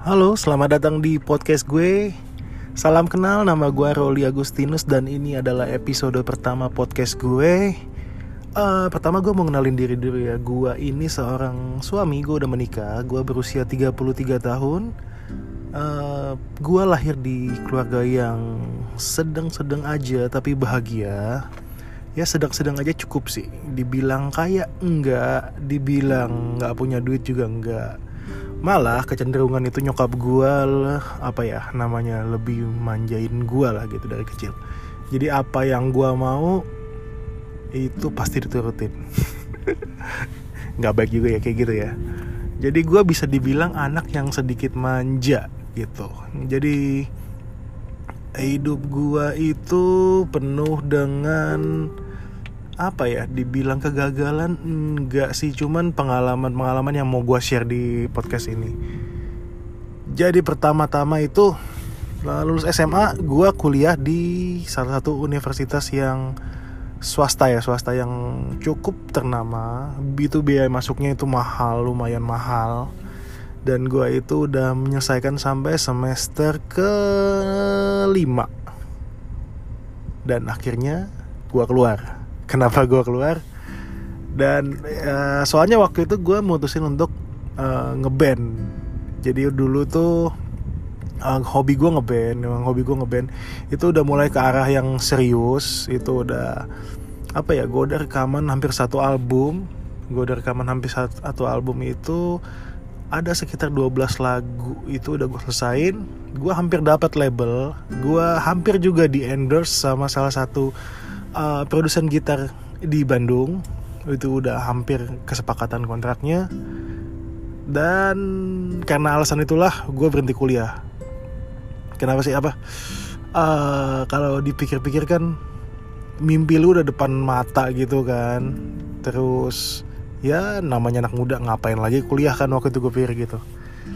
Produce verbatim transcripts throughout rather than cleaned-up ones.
Halo, selamat datang di podcast gue. Salam kenal, nama gue Roli Agustinus dan ini adalah episode pertama podcast gue. uh, Pertama gue mau kenalin diri dulu ya. Gue ini seorang suami, gue udah menikah. Gue berusia tiga puluh tiga tahun. uh, Gue lahir di keluarga yang sedang-sedang aja tapi bahagia. Ya sedang-sedang aja cukup sih. Dibilang kaya enggak, dibilang gak punya duit juga enggak. Malah kecenderungan itu nyokap gue lah, apa ya namanya, lebih manjain gue lah gitu dari kecil. Jadi apa yang gue mau itu pasti diturutin. Gak baik juga ya kayak gitu ya. Jadi gue bisa dibilang anak yang sedikit manja gitu. Jadi hidup gue itu penuh dengan apa ya, dibilang kegagalan enggak sih, cuman pengalaman-pengalaman yang mau gue share di podcast ini. Jadi pertama-tama itu lulus S M A, gue kuliah di salah satu universitas yang swasta ya, swasta yang cukup ternama. Itu biaya masuknya itu mahal, lumayan mahal. Dan gue itu udah menyelesaikan sampai semester kelima. Dan akhirnya gue keluar. Kenapa gue keluar? Dan uh, soalnya waktu itu gue mutusin untuk uh, ngeband. Jadi dulu tuh uh, hobi gue ngeband, memang hobi gue ngeband. Itu udah mulai ke arah yang serius. Itu udah apa ya? Gue udah rekaman hampir satu album. Gue udah rekaman hampir satu album itu ada sekitar dua belas lagu. Itu udah gue selesain. Gue hampir dapat label. Gue hampir juga di endorse sama salah satu Uh, produsen gitar di Bandung. Itu udah hampir kesepakatan kontraknya. Dan karena alasan itulah gue berhenti kuliah. Kenapa sih apa? Uh, kalau dipikir-pikir kan mimpi lu udah depan mata gitu kan. Terus ya namanya anak muda, ngapain lagi kuliah kan waktu itu gue pikir gitu.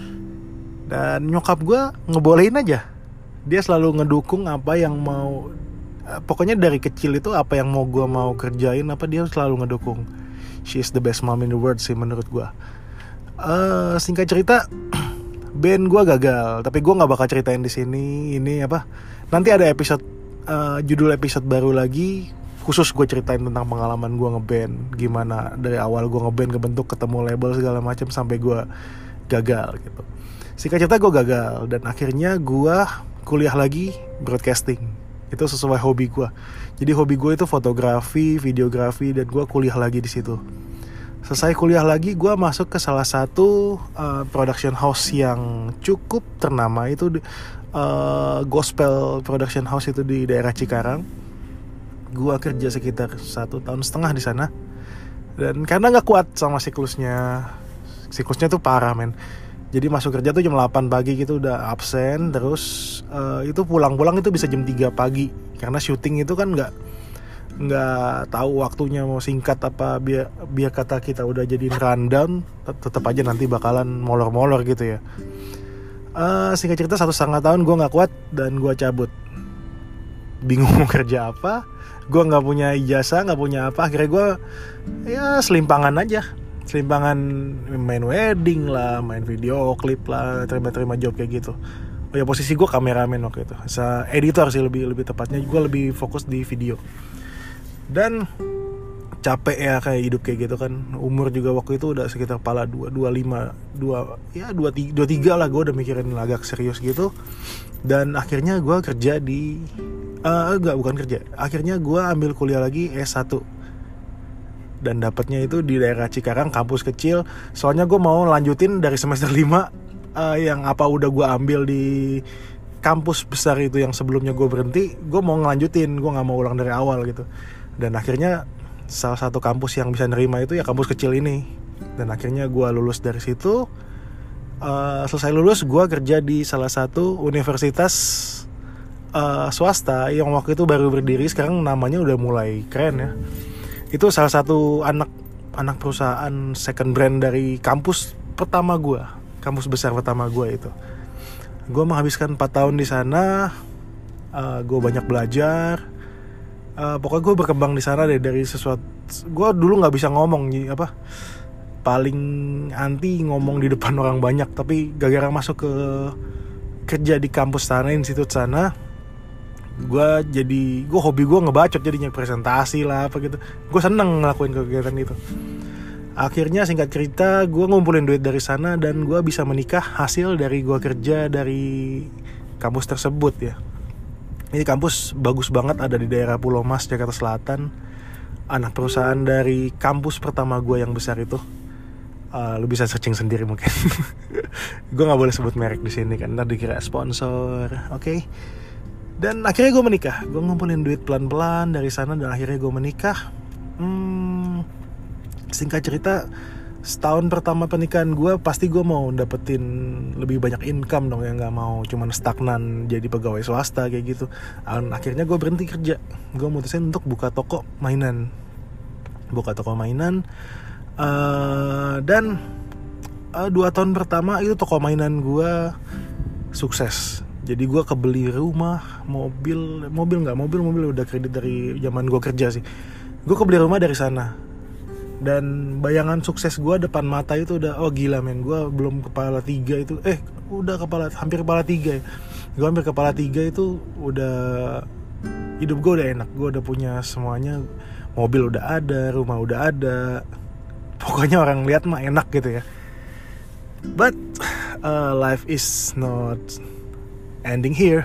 Dan nyokap gue ngebolehin aja. Dia selalu ngedukung apa yang mau. Pokoknya dari kecil itu apa yang mau gue mau kerjain apa dia selalu ngedukung. She is the best mom in the world sih menurut gue. uh, Singkat cerita, band gue gagal. Tapi gue gak bakal ceritain di sini. Ini apa, nanti ada episode uh, judul episode baru lagi khusus gue ceritain tentang pengalaman gue ngeband. Gimana dari awal gue ngeband kebentuk, ketemu label segala macam sampai gue gagal gitu. Singkat cerita gue gagal. Dan akhirnya gue kuliah lagi broadcasting. Itu sesuai hobi gue. Jadi hobi gue itu fotografi, videografi, dan gue kuliah lagi di situ. Selesai kuliah lagi, gue masuk ke salah satu uh, production house yang cukup ternama. Itu uh, gospel production house itu di daerah Cikarang. Gue kerja sekitar satu tahun setengah di sana. Dan karena nggak kuat sama siklusnya, siklusnya tuh parah men. Jadi masuk kerja tuh jam delapan pagi gitu udah absen. Terus uh, itu pulang-pulang itu bisa jam tiga pagi. Karena syuting itu kan gak Gak tahu waktunya mau singkat apa. Biar, biar kata kita udah jadiin rundown, tetap aja nanti bakalan molor-molor gitu ya. uh, Singkat cerita satu setengah tahun gue gak kuat dan gue cabut. Bingung mau kerja apa. Gue gak punya ijazah, gak punya apa. Akhirnya gue ya selimpangan aja. Selimpangan main wedding lah, main video klip lah, terima-terima job kayak gitu. Oh ya, posisi gue kameramen waktu itu, sa editor sih lebih lebih tepatnya. Gue lebih fokus di video. Dan capek ya kayak hidup kayak gitu kan. Umur juga waktu itu udah sekitar pala dua dua lima dua ya dua tiga lah. Gue udah mikirin agak serius gitu. Dan akhirnya gue kerja di uh, enggak bukan kerja. Akhirnya gue ambil kuliah lagi S satu. Dan dapatnya itu di daerah Cikarang, kampus kecil. Soalnya gue mau lanjutin dari semester lima uh, yang apa udah gue ambil di kampus besar itu yang sebelumnya gue berhenti. Gue mau ngelanjutin, gue gak mau ulang dari awal gitu. Dan akhirnya salah satu kampus yang bisa nerima itu ya kampus kecil ini. Dan akhirnya gue lulus dari situ. uh, Selesai lulus gue kerja di salah satu universitas uh, swasta yang waktu itu baru berdiri. Sekarang namanya udah mulai keren ya. Itu salah satu anak anak perusahaan second brand dari kampus pertama gue, kampus besar pertama gue itu. Gue menghabiskan empat tahun di sana. Uh, gue banyak belajar. Uh, pokoknya gue berkembang di sana deh dari sesuatu. Gue dulu nggak bisa ngomong apa. paling anti ngomong di depan orang banyak. Tapi gara-gara masuk ke kerja di kampus sana, institut sana, gue jadi gue hobi gue ngebacot, jadinya presentasi lah apa gitu. Gue seneng ngelakuin kegiatan itu. Akhirnya singkat cerita, gue ngumpulin duit dari sana dan gue bisa menikah hasil dari gue kerja dari kampus tersebut ya. Ini kampus bagus banget, ada di daerah Pulau Mas, Jakarta Selatan. Anak perusahaan dari kampus pertama gue yang besar itu. Uh, lu bisa searching sendiri mungkin. Gue nggak boleh sebut merek di sini kan, ntar dikira sponsor. Oke. Okay? Dan akhirnya gue menikah. Gue ngumpulin duit pelan-pelan dari sana dan akhirnya gue menikah. Hmm, singkat cerita, setahun pertama pernikahan gue pasti gue mau dapetin lebih banyak income dong, ya nggak mau cuman stagnan jadi pegawai swasta kayak gitu. Dan akhirnya gue berhenti kerja. Gue mutusin untuk buka toko mainan. Buka toko mainan. Uh, dan uh, dua tahun pertama itu toko mainan gue sukses. Jadi gue kebeli rumah, mobil, mobil nggak mobil mobil udah kredit dari zaman gue kerja sih. Gue kebeli rumah dari sana. Dan bayangan sukses gue depan mata itu udah, oh gila men, gue belum kepala tiga itu, eh udah kepala, hampir kepala tiga ya. Gue hampir kepala tiga itu udah, hidup gue udah enak, gue udah punya semuanya, mobil udah ada, rumah udah ada, pokoknya orang lihat mah enak gitu ya. But uh, life is not ending here.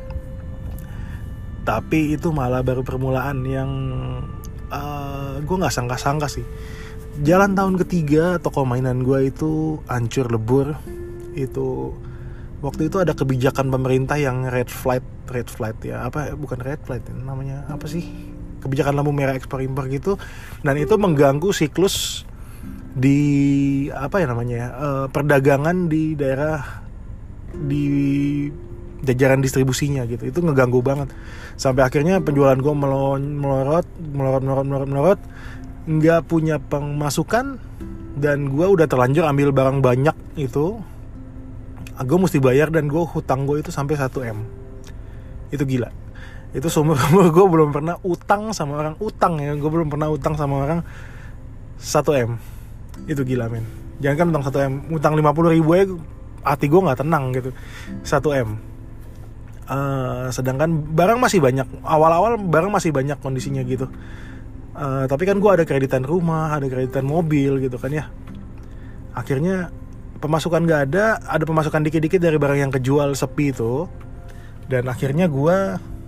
Tapi itu malah baru permulaan yang Uh, gue nggak sangka-sangka sih. Jalan tahun ketiga toko mainan gue itu hancur lebur. Itu waktu itu ada kebijakan pemerintah yang red flight, red flight ya apa? Bukan red flight, namanya apa sih? Kebijakan lampu merah ekspor impor gitu. Dan itu mengganggu siklus di apa ya namanya? Uh, perdagangan di daerah di jajaran distribusinya gitu. Itu ngeganggu banget. Sampai akhirnya penjualan gue melorot, melorot, melorot, melorot, melorot, melorot. Nggak punya pemasukan. Dan gue udah terlanjur ambil barang banyak itu. Gue mesti bayar dan gue hutang gue itu sampai satu M. Itu gila. Itu seumur umur gue belum pernah utang sama orang. Utang ya. Gue belum pernah utang sama orang satu M. Itu gila men. Jangan kan utang satu M. Utang lima puluh ribu aja hati gue gak tenang gitu. satu M. Uh, sedangkan barang masih banyak. Awal-awal barang masih banyak kondisinya gitu. uh, Tapi kan gue ada kreditan rumah, ada kreditan mobil gitu kan ya. Akhirnya pemasukan gak ada. Ada pemasukan dikit-dikit dari barang yang kejual sepi itu. Dan akhirnya gue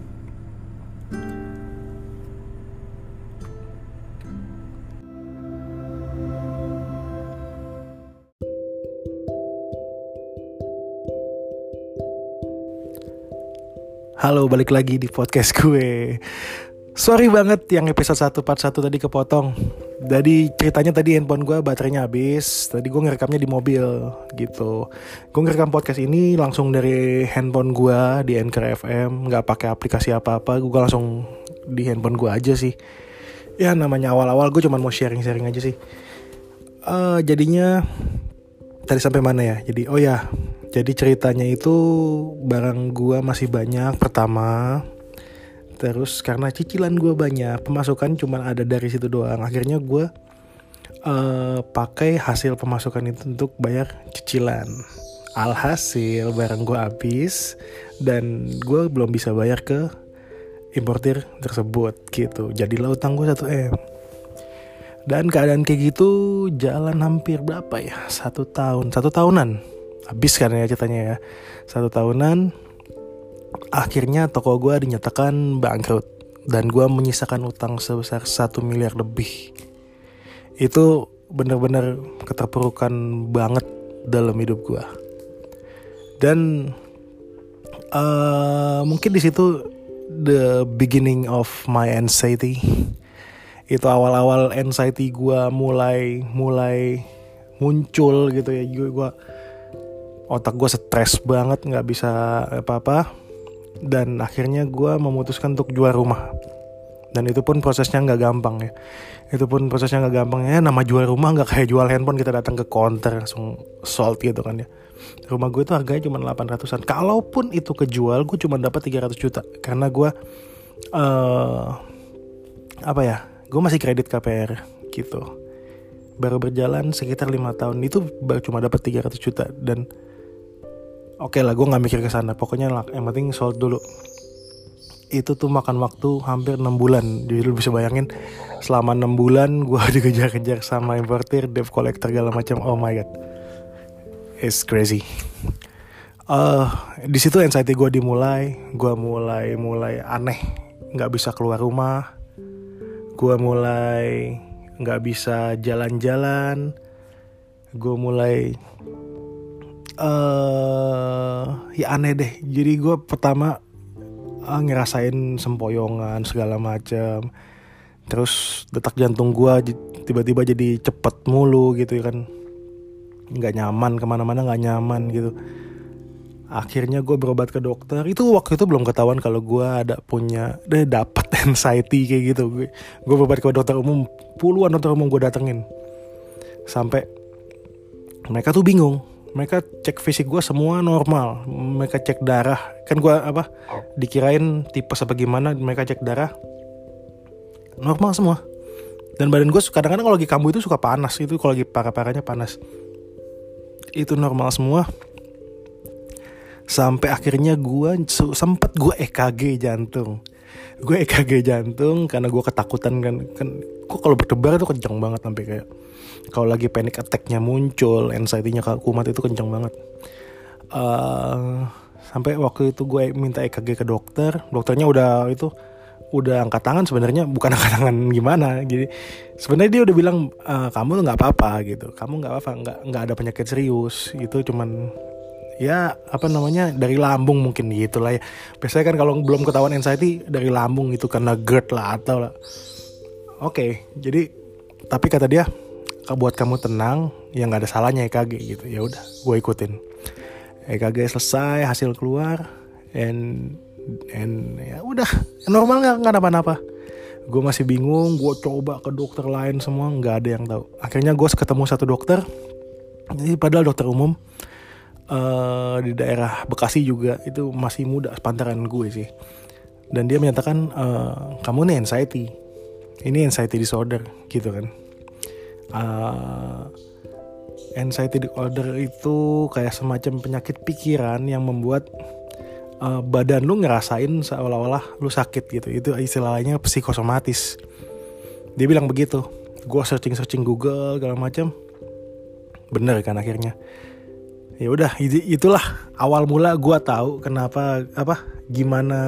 Halo, balik lagi di podcast gue. Sorry banget yang episode satu part satu tadi kepotong. Jadi ceritanya tadi handphone gue baterainya habis. Tadi gue ngerekamnya di mobil gitu. Gue ngerekam podcast ini langsung dari handphone gue di Anchor F M, gak pakai aplikasi apa-apa. Gue langsung di handphone gue aja sih. Ya namanya awal-awal gue cuma mau sharing-sharing aja sih. uh, Jadinya tadi sampai mana ya? Jadi oh ya Jadi ceritanya itu barang gue masih banyak pertama. Terus karena cicilan gue banyak, pemasukan cuma ada dari situ doang. Akhirnya gue uh, pakai hasil pemasukan itu untuk bayar cicilan. Alhasil barang gue habis dan gue belum bisa bayar ke importir tersebut gitu. Jadilah utang gue satu M. Dan keadaan kayak gitu jalan hampir berapa ya? Satu tahun, satu tahunan. Habis kan ya ceritanya ya. Satu tahunan. Akhirnya toko gue dinyatakan bangkrut. Dan gue menyisakan utang sebesar satu miliar lebih. Itu benar-benar keterpurukan banget dalam hidup gue. Dan uh, mungkin di situ the beginning of my anxiety. Itu awal-awal anxiety gue mulai mulai muncul gitu ya. Gue gue otak gue stres banget, nggak bisa apa-apa. Dan akhirnya gue memutuskan untuk jual rumah. Dan itu pun prosesnya nggak gampang ya. Itu pun prosesnya nggak gampang ya. Nama jual rumah nggak kayak jual handphone, kita datang ke counter langsung sold gitu kan ya. Rumah gue itu harganya cuma delapan ratusan. Kalaupun itu kejual, gue cuma dapat tiga ratus juta. Karena gue uh, apa ya, gue masih kredit K P R gitu. baru berjalan sekitar lima tahun. Itu baru cuma dapat tiga ratus juta. Dan oke okay lah, gue gak mikir ke sana. Pokoknya yang penting sold dulu. Itu tuh makan waktu hampir enam bulan. Jadi lu bisa bayangin, selama enam bulan gue dikejar-kejar sama importer, debt collector, segala macam. Oh my god, it's crazy. Uh, di situ anxiety gue dimulai. Gue mulai mulai aneh, nggak bisa keluar rumah. Gue mulai nggak bisa jalan-jalan. Gue mulai uh, ya aneh deh. Jadi gue pertama uh, ngerasain sempoyongan segala macam. Terus detak jantung gue tiba-tiba jadi cepet mulu gitu kan. Nggak nyaman, kemana-mana nggak nyaman gitu. Akhirnya gue berobat ke dokter. Itu waktu itu belum ketahuan kalau gue ada punya deh dapat anxiety kayak gitu. Gue gue berobat ke dokter umum, puluhan dokter umum gue datengin. Sampai mereka tuh bingung. Mereka cek fisik gue semua normal. Mereka cek darah. Kan gue apa? Dikirain tipes apa gimana. Mereka cek darah normal semua. Dan badan gue kadang-kadang kalau lagi kambuh itu suka panas. Itu kalau lagi parah-parahnya panas. Itu normal semua. Sampai akhirnya gue sempet gue E K G jantung. Gue E K G jantung karena gue ketakutan kan. Kan gue kalau berdebar itu kenceng banget, sampai kayak kalau lagi panic attack-nya muncul, anxiety-nya kumat itu kenceng banget. Uh, sampai waktu itu gue minta E K G ke dokter. Dokternya udah itu udah angkat tangan, sebenarnya bukan angkat tangan gimana. Jadi sebenarnya dia udah bilang e, kamu nggak apa-apa gitu. Kamu nggak apa-apa, nggak nggak ada penyakit serius. Itu cuman ya apa namanya dari lambung mungkin gitu lah ya. Biasanya kan kalau belum ketahuan anxiety dari lambung itu karena GERD lah atau lah. Oke, okay, jadi tapi kata dia buat kamu tenang, ya nggak ada salahnya E K G gitu. Ya udah, gue ikutin. E K G selesai, hasil keluar, and and ya udah normal, nggak nggak apa-apa. Gue masih bingung, gue coba ke dokter lain semua nggak ada yang tahu. Akhirnya gue ketemu satu dokter, jadi padahal dokter umum. Uh, di daerah Bekasi juga, itu masih muda sepantaran gue sih. Dan dia menyatakan uh, kamu nih anxiety, ini anxiety disorder gitu kan. uh, Anxiety disorder itu kayak semacam penyakit pikiran yang membuat uh, badan lu ngerasain seolah-olah lu sakit gitu. Itu istilahnya psikosomatis. Dia bilang begitu. Gue searching-searching Google segala macam, bener kan akhirnya. Ya udah, itulah awal mula gue tahu kenapa apa gimana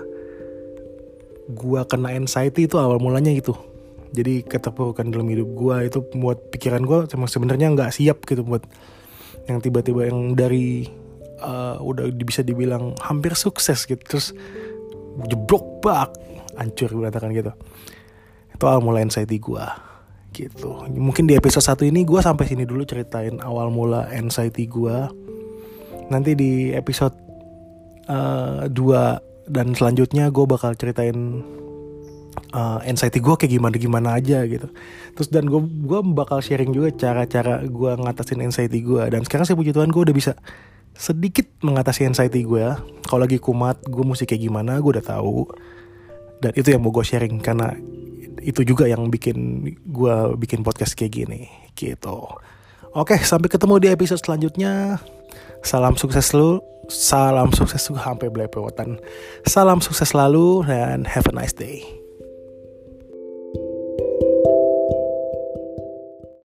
gue kena anxiety. Itu awal mulanya gitu. Jadi keterpurukan dalam hidup gue itu buat pikiran gue sebenarnya nggak siap gitu buat yang tiba-tiba yang dari uh, udah bisa dibilang hampir sukses gitu, terus jeblok bak hancur gue katakan gitu. Itu awal mula anxiety gue gitu. Mungkin di episode satu ini gue sampai sini dulu ceritain awal mula anxiety gue. Nanti di episode uh, dua dan selanjutnya gue bakal ceritain uh, anxiety gue kayak gimana-gimana aja gitu. Terus dan gue gue bakal sharing juga cara-cara gue ngatasin anxiety gue. Dan sekarang sih puji Tuhan gue udah bisa sedikit mengatasi anxiety gue. Kalau lagi kumat gue mesti kayak gimana gue udah tahu. Dan itu yang mau gue sharing karena itu juga yang bikin gue bikin podcast kayak gini gitu. Oke, sampai ketemu di episode selanjutnya. Salam sukses selalu. Salam sukses juga sampai belepotan. Salam sukses selalu dan have a nice day.